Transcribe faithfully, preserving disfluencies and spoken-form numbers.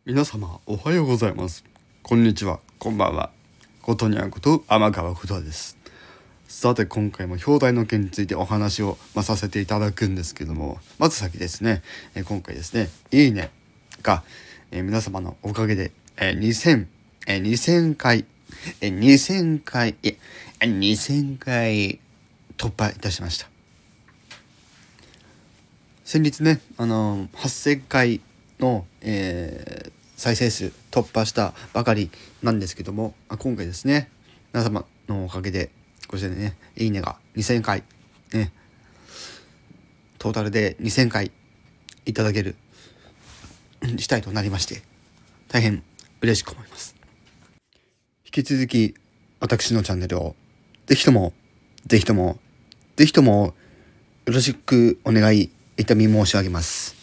皆様おはようございます。こんにちは、こんばんは。ことにゃんこと天川ことです。さて今回も表題の件についてお話を、まあ、させていただくんですけども、まず先ですね、え今回ですね、いいねが、え皆様のおかげで、えにせん、えにせんかい、えにせんかい、えにせんかい突破いたしました。先日ね、あのー、はっせんかいの、えー、再生数突破したばかりなんですけども、今回ですね、皆様のおかげでこちらでね、いいねがにせんかい、ね、トータルでにせんかいいただける事態となりまして、大変嬉しく思います。引き続き私のチャンネルをぜひともぜひともぜひともよろしくお願い痛み申し上げます。